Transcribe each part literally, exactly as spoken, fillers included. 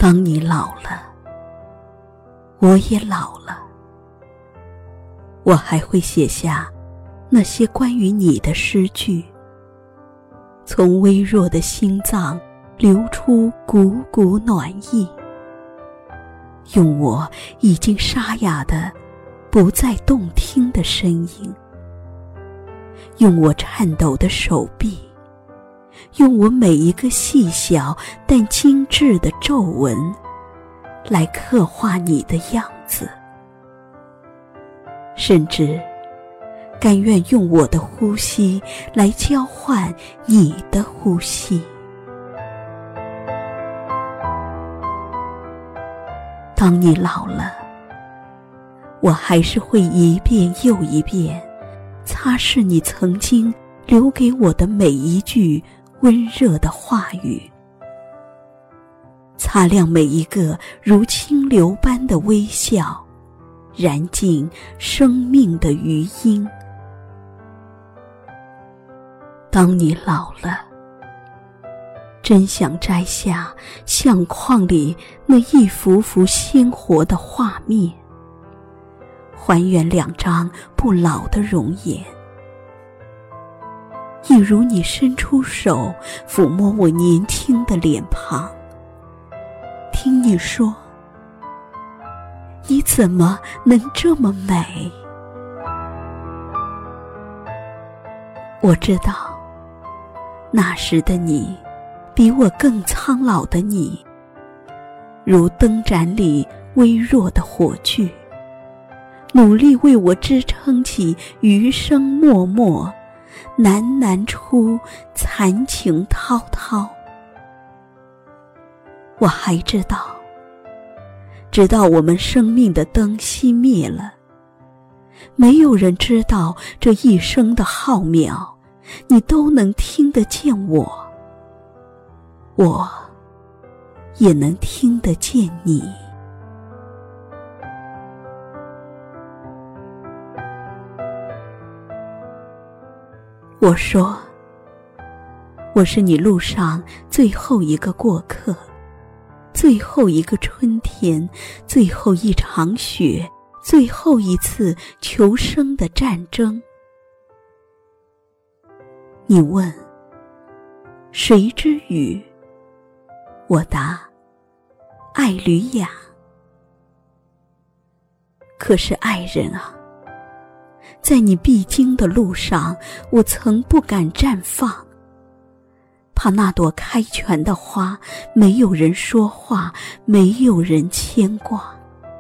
当你老了，我也老了，我还会写下那些关于你的诗句，从微弱的心脏流出股股暖意，用我已经沙哑的不再动听的声音，用我颤抖的手臂，用我每一个细小但精致的皱纹来刻画你的样子，甚至甘愿用我的呼吸来交换你的呼吸。当你老了，我还是会一遍又一遍擦拭你曾经留给我的每一句温热的话语，擦亮每一个如清流般的微笑，燃尽生命的余音。当你老了，真想摘下相框里那一幅幅鲜活的画面，还原两张不老的容颜，一如你伸出手抚摸我年轻的脸庞，听你说，你怎么能这么美？我知道，那时的你比我更苍老的你，如灯盏里微弱的火炬，努力为我支撑起余生默默，喃喃出残情滔滔。我还知道，直到我们生命的灯熄灭了，没有人知道这一生的浩渺，你都能听得见我，我也能听得见你。我说，我是你路上最后一个过客，最后一个春天，最后一场雪，最后一次求生的战争。你问，谁之语？我答，爱吕雅。可是爱人啊，在你必经的路上，我曾不敢绽放，怕那朵开全的花，没有人说话，没有人牵挂。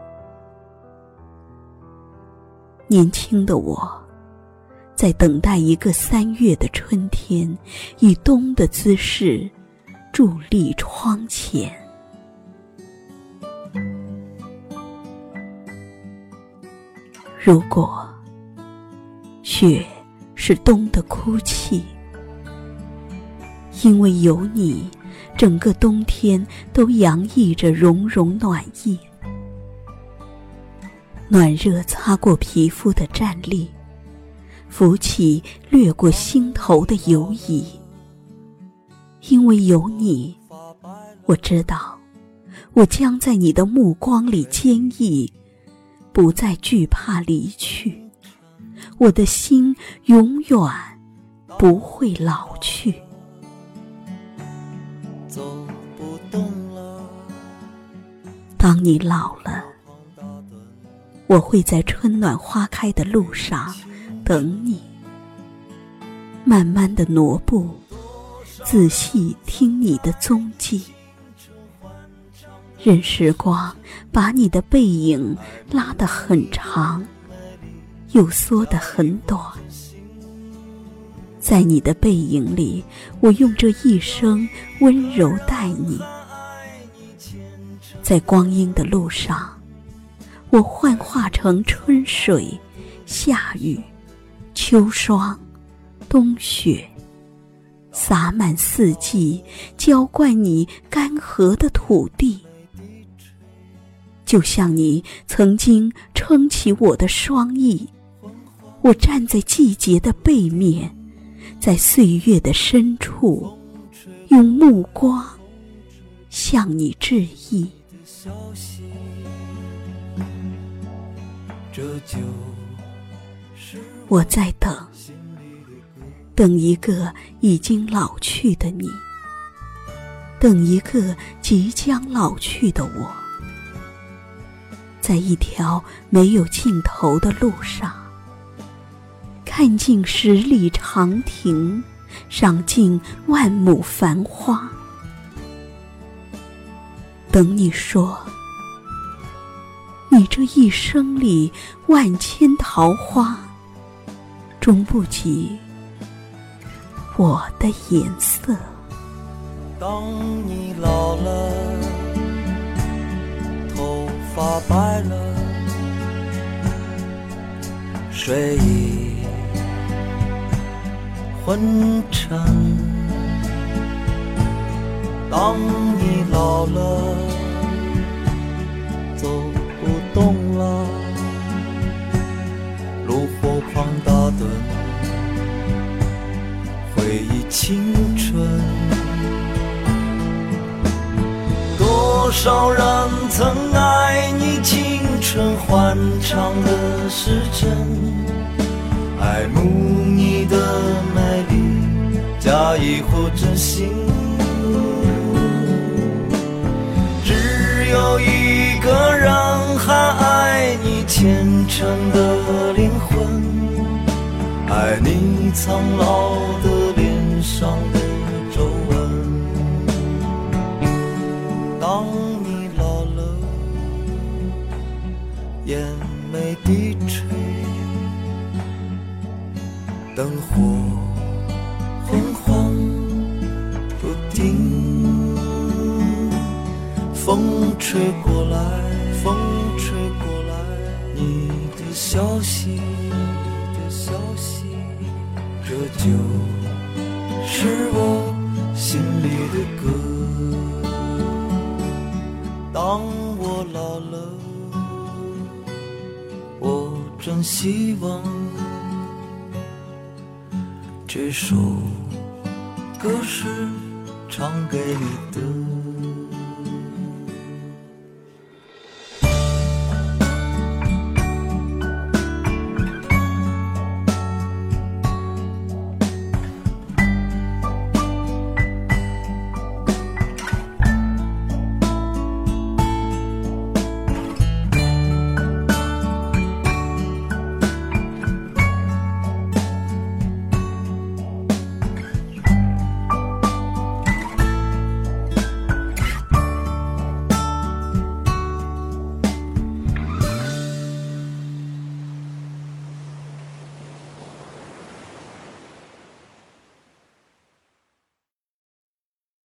年轻的我，在等待一个三月的春天，以冬的姿势伫立窗前。如果雪是冬的哭泣，因为有你，整个冬天都洋溢着融融暖意，暖热擦过皮肤的战栗，浮起掠过心头的游移。因为有你，我知道我将在你的目光里坚毅，不再惧怕离去，我的心永远不会老去。当你老了，我会在春暖花开的路上等你，慢慢的挪步，仔细听你的踪迹，任时光把你的背影拉得很长，又缩得很短。在你的背影里，我用这一生温柔待你。在光阴的路上，我幻化成春水、夏雨、秋霜、冬雪，洒满四季，浇灌你干涸的土地。就像你曾经撑起我的双翼，我站在季节的背面，在岁月的深处，用目光向你致意。我在等，等一个已经老去的你，等一个即将老去的我，在一条没有尽头的路上，看尽十里长亭，赏尽万亩繁花。等你说，你这一生里万千桃花，终不及我的颜色。 当你老了，头发白了，睡意昏沉。当你老了，走不动了，炉火旁打盹，回忆青春。多少人曾爱你青春欢畅的时辰，爱慕你的美丽，假意或真心。只有一个人还爱你虔诚的灵魂，爱你苍老的脸上的皱纹。当你老了，眼眉低垂，灯火昏黄不定，风吹过来，风吹过来，你的消息，你的消息，这就是我心里的歌。当我老了，我真希望这首歌是唱给你的。